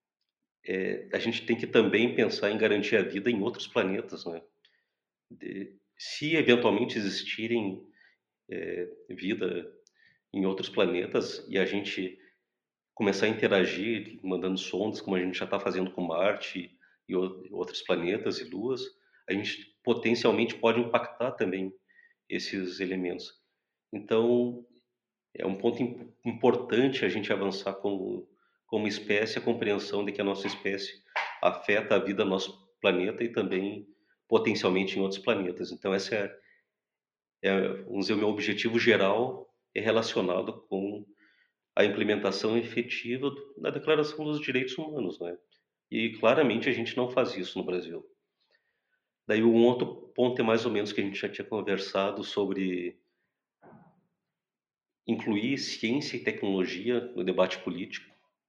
é, a gente tem que também pensar em garantir a vida em outros planetas, né? De, se eventualmente existirem é, vida em outros planetas e a gente começar a interagir, mandando sondas, como a gente já está fazendo com Marte e o- outros planetas e luas, a gente potencialmente pode impactar também esses elementos. Então, é um ponto im- importante a gente avançar como, como espécie, a compreensão de que a nossa espécie afeta a vida do nosso planeta e também potencialmente em outros planetas. Então, essa é, é vamos dizer, o meu objetivo geral é relacionado com a implementação efetiva do- da Declaração dos Direitos Humanos, né? E claramente a gente não faz isso no Brasil. Daí um outro ponto é mais ou menos que a gente já tinha conversado sobre incluir ciência e tecnologia no debate político,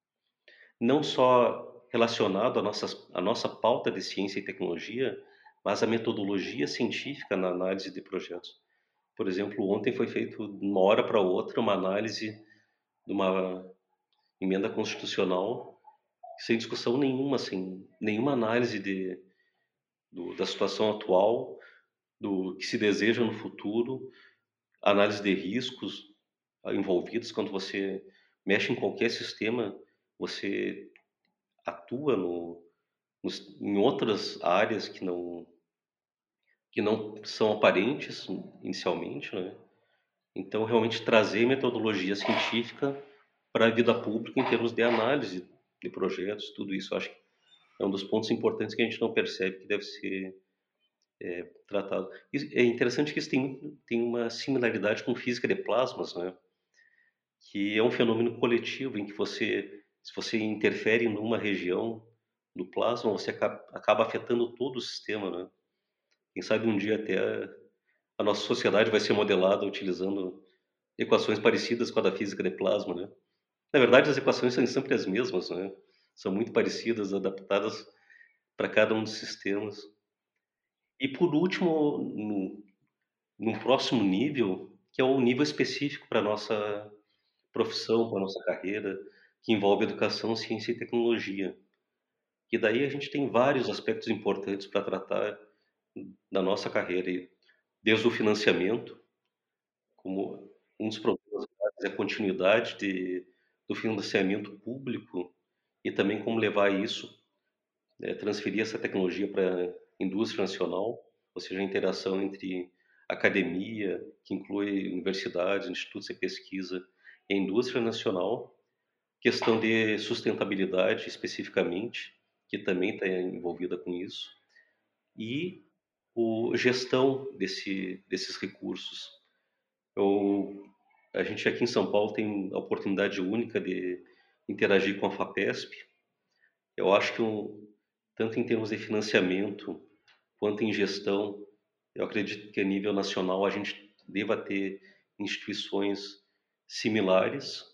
não só relacionado à nossa, à nossa pauta de ciência e tecnologia, mas a metodologia científica na análise de projetos. Por exemplo, ontem foi feito, de uma hora para outra, uma análise de uma emenda constitucional sem discussão nenhuma, sem nenhuma análise de, do, da situação atual, do que se deseja no futuro, análise de riscos envolvidos. Quando você mexe em qualquer sistema, você atua no, nos, em outras áreas que não, que não são aparentes inicialmente, né? Então, realmente trazer metodologia científica para a vida pública em termos de análise de projetos, tudo isso, eu acho que é um dos pontos importantes que a gente não percebe que deve ser tratado. E é interessante que isso tem, tem uma similaridade com física de plasmas, né? Que é um fenômeno coletivo em que você, se você interfere numa região do plasma, você acaba, acaba afetando todo o sistema, né? Quem sabe um dia até a, a nossa sociedade vai ser modelada utilizando equações parecidas com a da física de plasma, né? Na verdade, as equações são sempre as mesmas, né? São muito parecidas, adaptadas para cada um dos sistemas. E por último, no, num próximo nível, que é o nível específico para a nossa profissão, para a nossa carreira, que envolve educação, ciência e tecnologia. E daí a gente tem vários aspectos importantes para tratar da nossa carreira, e desde o financiamento, como um dos problemas graves é a continuidade de, do financiamento público e também como levar isso, né, transferir essa tecnologia para a indústria nacional, ou seja, a interação entre academia, que inclui universidades, institutos de pesquisa, e a indústria nacional, questão de sustentabilidade especificamente, que também está envolvida com isso, e o gestão desse, desses recursos. Eu, a gente aqui em São Paulo tem a oportunidade única de interagir com a FAPESP, Eu acho que um, tanto em termos de financiamento quanto em gestão, eu acredito que a nível nacional a gente deva ter instituições similares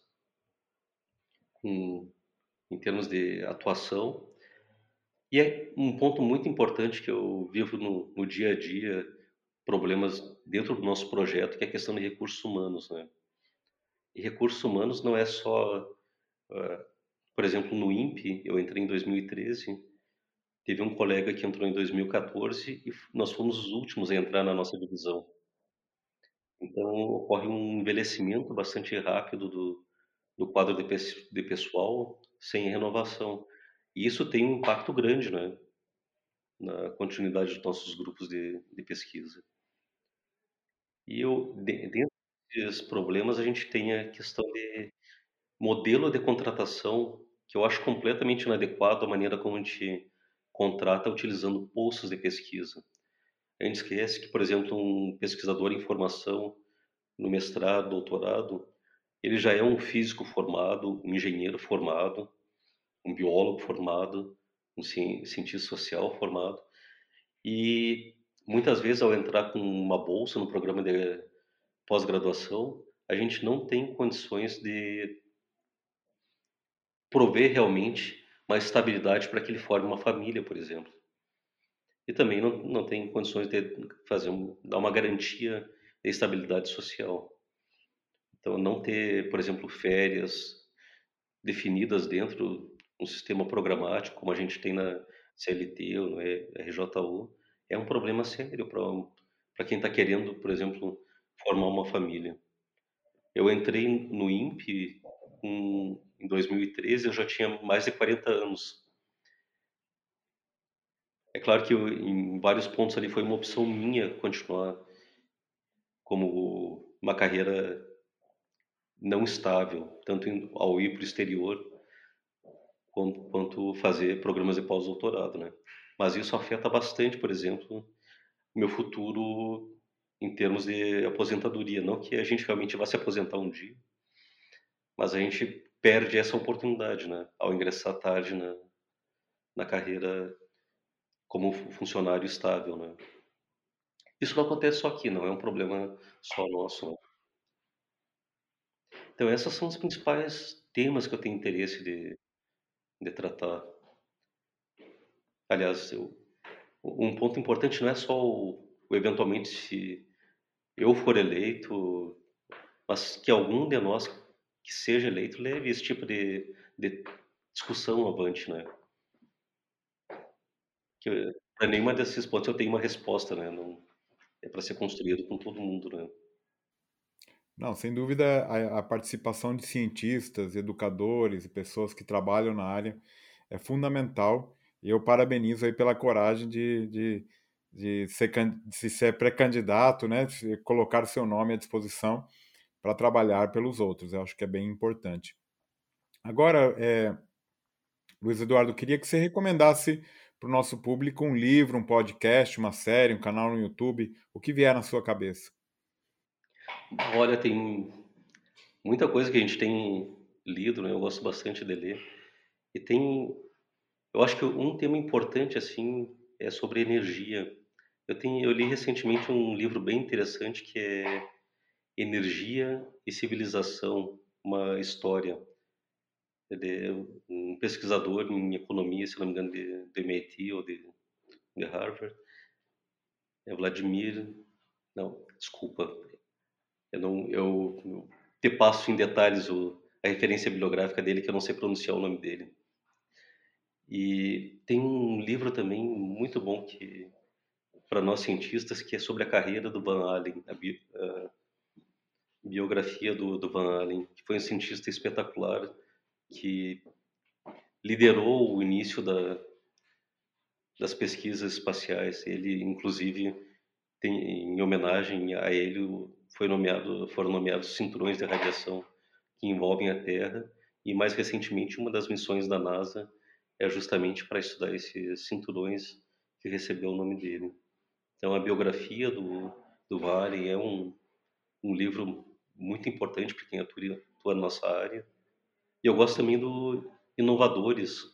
com, em termos de atuação. E é um ponto muito importante que eu vivo no, no dia a dia, problemas dentro do nosso projeto, que é a questão de recursos humanos, né? E recursos humanos não é só, uh, por exemplo, no INPE, eu entrei em dois mil e treze, teve um colega que entrou em dois mil e quatorze e nós fomos os últimos a entrar na nossa divisão. Então, ocorre um envelhecimento bastante rápido do, do quadro de, de pessoal sem renovação. E isso tem um impacto grande, né, na continuidade dos nossos grupos de, de pesquisa. E eu, de, dentro desses problemas, a gente tem a questão de modelo de contratação, que eu acho completamente inadequado a maneira como a gente contrata utilizando bolsas de pesquisa. A gente esquece que, por exemplo, um pesquisador em formação no mestrado, doutorado, ele já é um físico formado, um engenheiro formado, um biólogo formado, um cientista social formado. E muitas vezes, ao entrar com uma bolsa no programa de pós-graduação, a gente não tem condições de prover realmente uma estabilidade para que ele forme uma família, por exemplo. E também não, não tem condições de fazer um, dar uma garantia de estabilidade social. Então, não ter, por exemplo, férias definidas dentro de um sistema programático, como a gente tem na C L T ou no R J U, é um problema sério para para quem está querendo, por exemplo, formar uma família. Eu entrei no INPE com, em dois mil e treze, eu já tinha mais de quarenta anos. É claro que eu, em vários pontos ali foi uma opção minha continuar como uma carreira não estável, tanto em, ao ir para o exterior quanto, quanto fazer programas de pós-doutorado, né? Mas isso afeta bastante, por exemplo, o meu futuro em termos de aposentadoria. Não que a gente realmente vá se aposentar um dia, mas a gente perde essa oportunidade, né? Ao ingressar tarde na, na carreira como funcionário estável, né? Isso não acontece só aqui, não é um problema só nosso, né? Então, esses são os principais temas que eu tenho interesse de, de tratar. Aliás, eu, um ponto importante não é só o, o eventualmente se eu for eleito, mas que algum de nós que seja eleito leve esse tipo de, de discussão avante, né? Que para nenhuma desses pontos eu tenho uma resposta, né? Não, é para ser construído com todo mundo, né? Não, sem dúvida, a, a participação de cientistas, educadores e pessoas que trabalham na área é fundamental. E eu parabenizo aí pela coragem de, de, de ser, can- de ser pré-candidato, né? De colocar o seu nome à disposição para trabalhar pelos outros. Eu acho que é bem importante. Agora, é, Luiz Eduardo, queria que você recomendasse para o nosso público um livro, um podcast, uma série, um canal no YouTube, o que vier na sua cabeça. Olha, tem muita coisa que a gente tem lido, né? Eu gosto bastante de ler. E tem, eu acho que um tema importante assim é sobre energia. Eu tenho, eu li recentemente um livro bem interessante que é Energia e Civilização, uma história. Ele é um pesquisador em economia, se não me engano, de, de M I T ou de, de Harvard. É Vladimir, não, desculpa, eu não, eu, eu te passo em detalhes o, a referência bibliográfica dele que eu não sei pronunciar o nome dele. E tem um livro também muito bom que para nós cientistas que é sobre a carreira do Van Allen, a, bi, a biografia do, do Van Allen, que foi um cientista espetacular que liderou o início da, das pesquisas espaciais. Ele, inclusive, tem, em homenagem a ele, foi nomeado, foram nomeados cinturões de radiação que envolvem a Terra. E, mais recentemente, uma das missões da NASA é justamente para estudar esses cinturões que recebeu o nome dele. Então, a biografia do, do Vale é um, um livro muito importante para quem atua, atua na nossa área. E eu gosto também do Inovadores,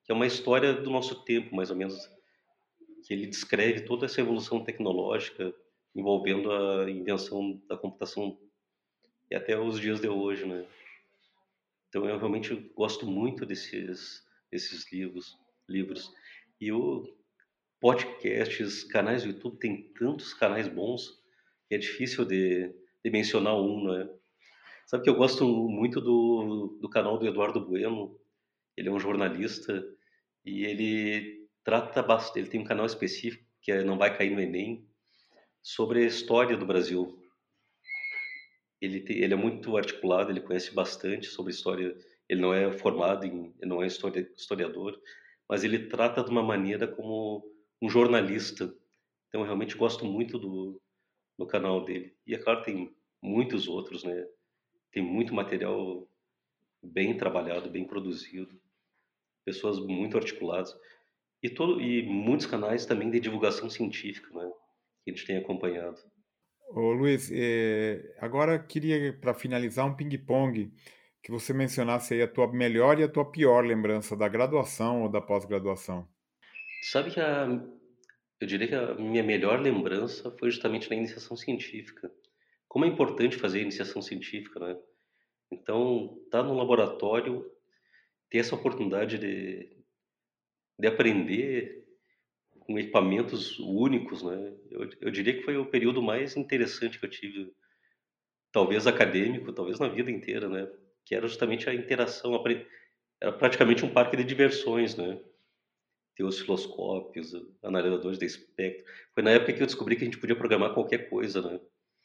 que é uma história do nosso tempo, mais ou menos, que ele descreve toda essa evolução tecnológica envolvendo a invenção da computação e até os dias de hoje, né? Então eu realmente gosto muito desses desses livros, livros. E o podcasts, canais do YouTube, tem tantos canais bons que é difícil de, de mencionar um, né? Sabe que eu gosto muito do, do canal do Eduardo Bueno. Ele é um jornalista e ele trata bastante. Ele tem um canal específico que é Não Vai Cair no Enem, sobre a história do Brasil. Ele, tem, ele é muito articulado, ele conhece bastante sobre história. Ele não é formado em, ele não é histori- historiador, mas ele trata de uma maneira como um jornalista. Então eu realmente gosto muito do, do canal dele. E é claro, tem muitos outros, né? Tem muito material bem trabalhado, bem produzido, pessoas muito articuladas. E, todo, e muitos canais também de divulgação científica, né? Que a gente tem acompanhado. Ô, Luiz, eh, agora queria, para finalizar, um ping-pong, que você mencionasse aí a tua melhor e a tua pior lembrança da graduação ou da pós-graduação. Sabe que a, eu diria que a minha melhor lembrança foi justamente na iniciação científica. Como é importante fazer iniciação científica, né? Então, estar no laboratório, ter essa oportunidade de, de aprender com equipamentos únicos, né? Eu, eu diria que foi o período mais interessante que eu tive, talvez acadêmico, talvez na vida inteira, né? Que era justamente a interação, apre- era praticamente um parque de diversões, né? Ter osciloscópios, analisadores de espectro. Foi na época que eu descobri que a gente podia programar qualquer coisa, né?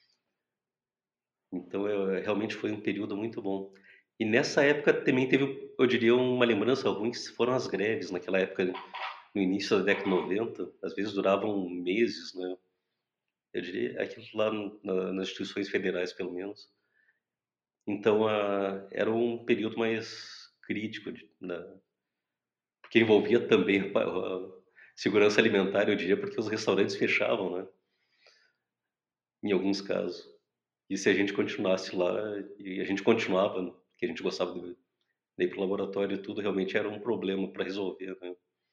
Então, eu, realmente foi um período muito bom. E nessa época também teve, eu diria, uma lembrança ruim, que foram as greves. Naquela época, no início da década de noventa, às vezes duravam meses, né? Eu diria aquilo lá na, nas instituições federais, pelo menos. Então, a, era um período mais crítico, de, na, porque envolvia também a, a segurança alimentar, eu diria, porque os restaurantes fechavam, né? Em alguns casos. E se a gente continuasse lá, e a gente continuava, né? Que a gente gostava de, de ir para o laboratório e tudo, realmente era um problema para resolver, né?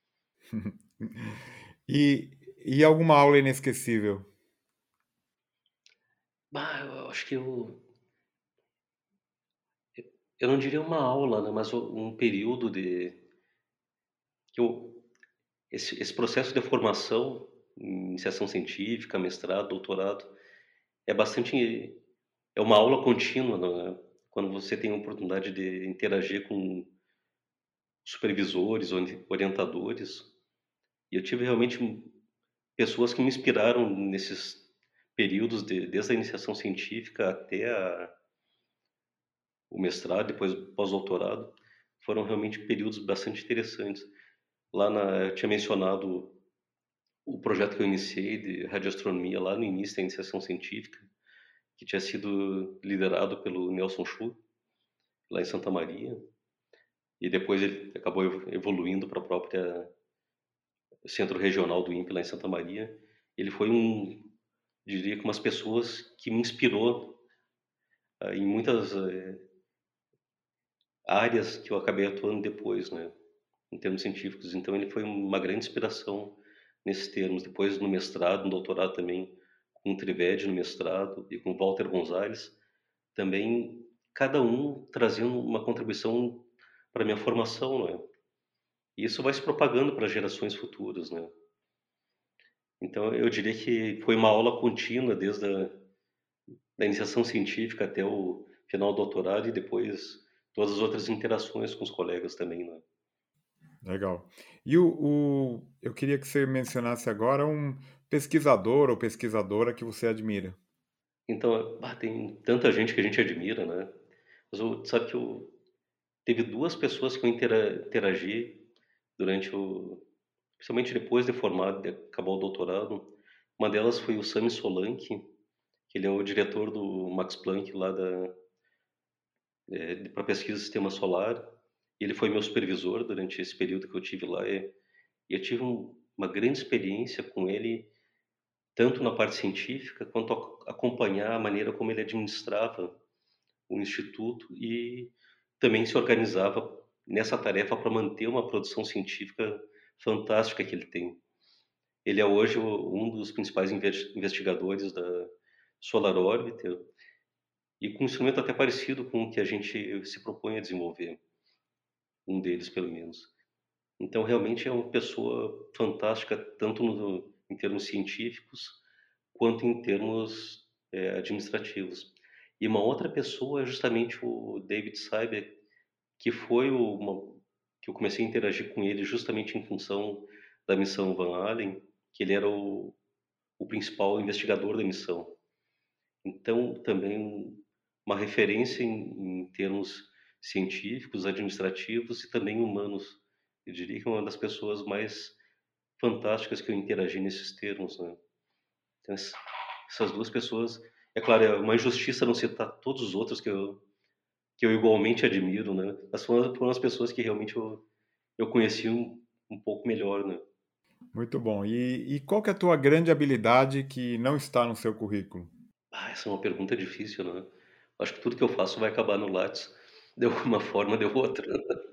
E, e alguma aula inesquecível? Bah, eu acho que eu, eu não diria uma aula, né? Mas um período de que eu, esse, esse processo de formação, iniciação científica, mestrado, doutorado, é bastante, é uma aula contínua, né? Quando você tem a oportunidade de interagir com supervisores, orientadores, e eu tive realmente pessoas que me inspiraram nesses períodos, de, desde a iniciação científica até a, o mestrado, depois o pós-doutorado, foram realmente períodos bastante interessantes. Lá na, eu tinha mencionado o projeto que eu iniciei de radioastronomia lá no início da iniciação científica, que tinha sido liderado pelo Nelson Chu, lá em Santa Maria, e depois ele acabou evoluindo para a própria centro regional do INPE lá em Santa Maria. Ele foi um, diria que umas pessoas que me inspirou ah, em muitas eh, áreas que eu acabei atuando depois, né, em termos científicos. Então ele foi uma grande inspiração nesses termos. Depois no mestrado, no doutorado também, com o Trivedi no mestrado e com Walter Gonzalez, também cada um trazendo uma contribuição para a minha formação, né? E isso vai se propagando para gerações futuras, né? Então eu diria que foi uma aula contínua desde a da iniciação científica até o final do doutorado e depois todas as outras interações com os colegas também, né? Legal. E o, o- eu queria que você mencionasse agora um pesquisador ou pesquisadora que você admira. Então, ah, tem tanta gente que a gente admira, né? Mas eu, sabe que eu, teve duas pessoas que eu intera, interagi durante o, principalmente depois de formado, de acabar o doutorado. Uma delas foi o Sami Solanki, que ele é o diretor do Max Planck lá da é, para pesquisa do sistema solar. E ele foi meu supervisor durante esse período que eu tive lá. E, e eu tive um, uma grande experiência com ele, tanto na parte científica, quanto a acompanhar a maneira como ele administrava o instituto e também se organizava nessa tarefa para manter uma produção científica fantástica que ele tem. Ele é hoje o um dos principais inves investigadores da Solar Orbiter e com um instrumento até parecido com o que a gente se propõe a desenvolver, um deles pelo menos. Então realmente é uma pessoa fantástica tanto no em termos científicos, quanto em termos, eh, administrativos. E uma outra pessoa é justamente o David Saiber, que foi o uma que eu comecei a interagir com ele justamente em função da missão Van Allen, que ele era o o principal investigador da missão. Então, também uma referência em em termos científicos, administrativos e também humanos. Eu diria que é uma das pessoas mais fantásticas que eu interagi nesses termos, né. Então ess essas duas pessoas é claro, é uma injustiça não citar todos os outros que eu que eu igualmente admiro, né, mas foram foram as pessoas que realmente eu eu conheci um um pouco melhor, né. Muito bom. E e qual que é a tua grande habilidade que não está no seu currículo? Ah, essa é uma pergunta difícil, né. Acho que tudo que eu faço vai acabar no Lattes, de alguma forma, de outra.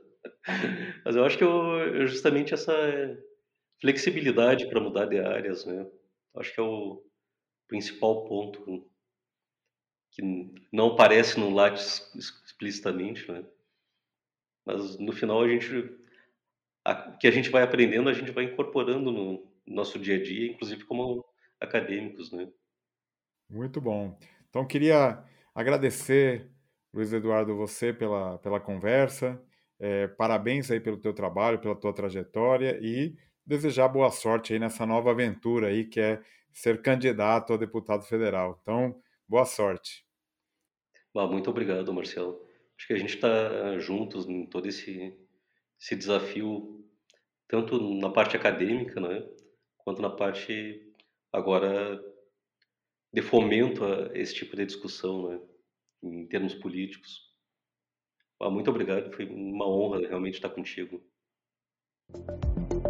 Mas eu acho que eu eu justamente essa flexibilidade para mudar de áreas, né. Acho que é o principal ponto que n não aparece no Lattes ex explicitamente, né. Mas no final a gente a o que a gente vai aprendendo, a gente vai incorporando no nosso dia a dia, inclusive como acadêmicos, né. Muito bom. Então queria agradecer, Luiz Eduardo, você pela pela conversa, eh, parabéns aí pelo teu trabalho, pela tua trajetória e desejar boa sorte aí nessa nova aventura aí que é ser candidato a deputado federal. Então, boa sorte. Ah, muito obrigado, Marcelo. Acho que a gente está juntos em todo esse esse desafio, tanto na parte acadêmica, né, quanto na parte agora de fomento a esse tipo de discussão, né, em termos políticos. Ah, muito obrigado, foi uma honra realmente estar contigo.